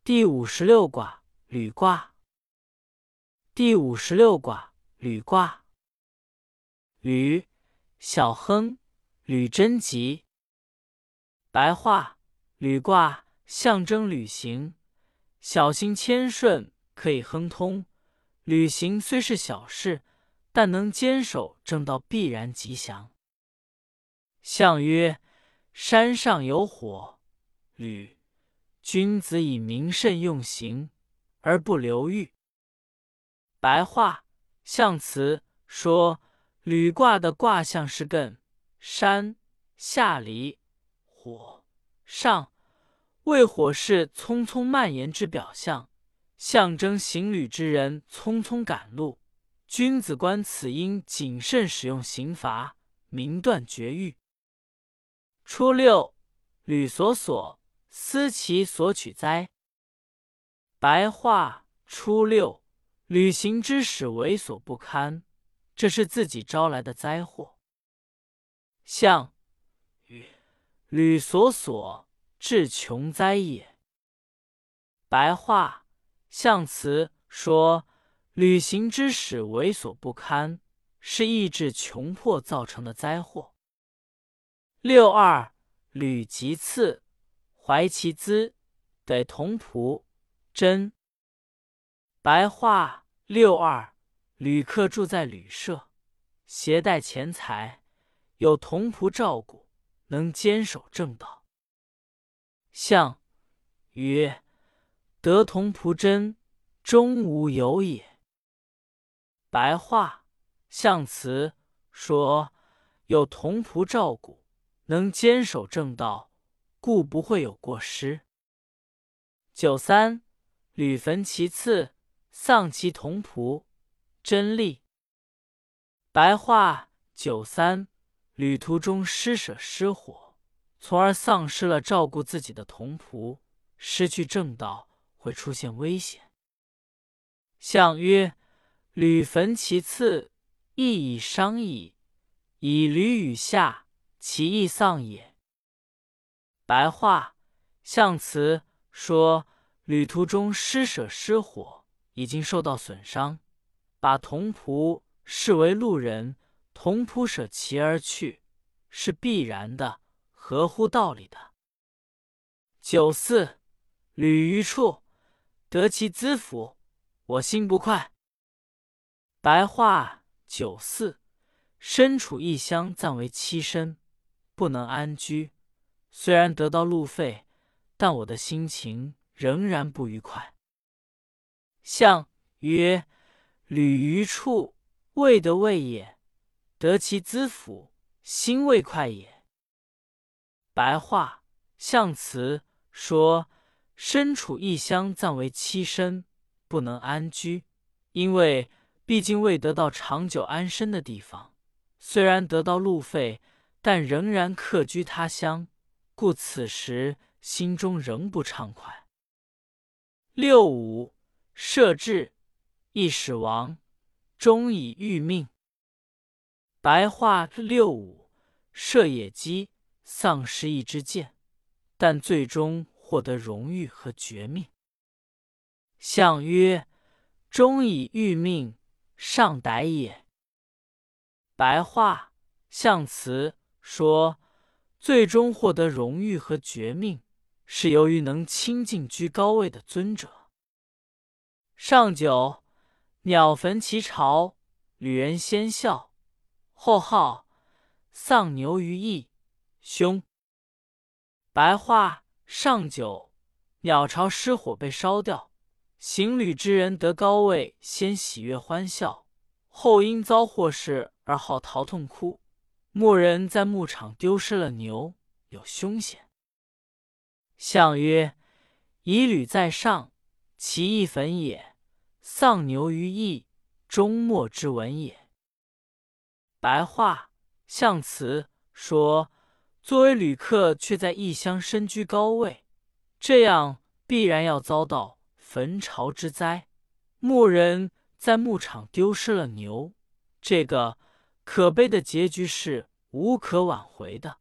第56卦履卦。第56卦履卦。履，小亨，履贞吉。白话：履卦象征旅行，小心谦顺可以亨通。旅行虽是小事，但能坚守正道必然吉祥。象曰：山上有火，履。君子以明慎用行，而不流欲。白话：象辞说履卦的卦象是艮、山、下离、火、上，为火势匆匆蔓延之表象，象征行旅之人匆匆赶路。君子观此应谨慎使用刑罚，明断绝欲。初六，履所所，思其所取哉。白话：初六，旅行之使猥琐不堪，这是自己招来的灾祸。象曰：履所所，致穷灾也。白话：象辞说旅行之使猥琐不堪，是意志穷迫造成的灾祸。六二，履其次，怀其资，得同仆，真。白话：六二，旅客住在旅社，携带钱财，有同仆照顾，能坚守正道。象曰：得同仆真，终无有也。白话：象辞说有同仆照顾，能坚守正道，故不会有过失。九三，履焚其次，丧其同仆，真利。白话：九三，旅途中施舍失火，从而丧失了照顾自己的同仆，失去正道，会出现危险。象曰：履焚其次，亦以伤矣，以履与下，其亦丧也。白话：象辞说旅途中施舍失火，已经受到损伤，把同仆视为路人，同仆舍其而去，是必然的，合乎道理的。九四，履于处，得其资服，我心不快。白话：九四，身处异乡，暂为栖身，不能安居。虽然得到路费，但我的心情仍然不愉快。象曰：履于处，未得位也，得其资服，心未快也。白话：象辞说身处异乡，暂为栖身，不能安居，因为毕竟未得到长久安身的地方，虽然得到路费，但仍然客居他乡，故此时心中仍不畅快。六五，摄志，亦使亡，终以欲命。白话：六五，射野鸡，丧失一支箭，但最终获得荣誉和绝命。象曰：终以欲命，尚歹也。白话：象辞说最终获得荣誉和绝命，是由于能亲近居高位的尊者。上九，鸟焚其巢，旅人先笑，后号，丧牛于邑，凶。白话：上九，鸟巢失火被烧掉，行旅之人得高位，先喜悦欢笑，后因遭祸事而号啕痛哭。牧人在牧场丢失了牛，有凶险。象曰：以旅在上，其义焚也，丧牛于邑，终末之文也。白话：象辞说作为旅客却在异乡身居高位，这样必然要遭到焚巢之灾。牧人在牧场丢失了牛，这个可悲的结局是无可挽回的。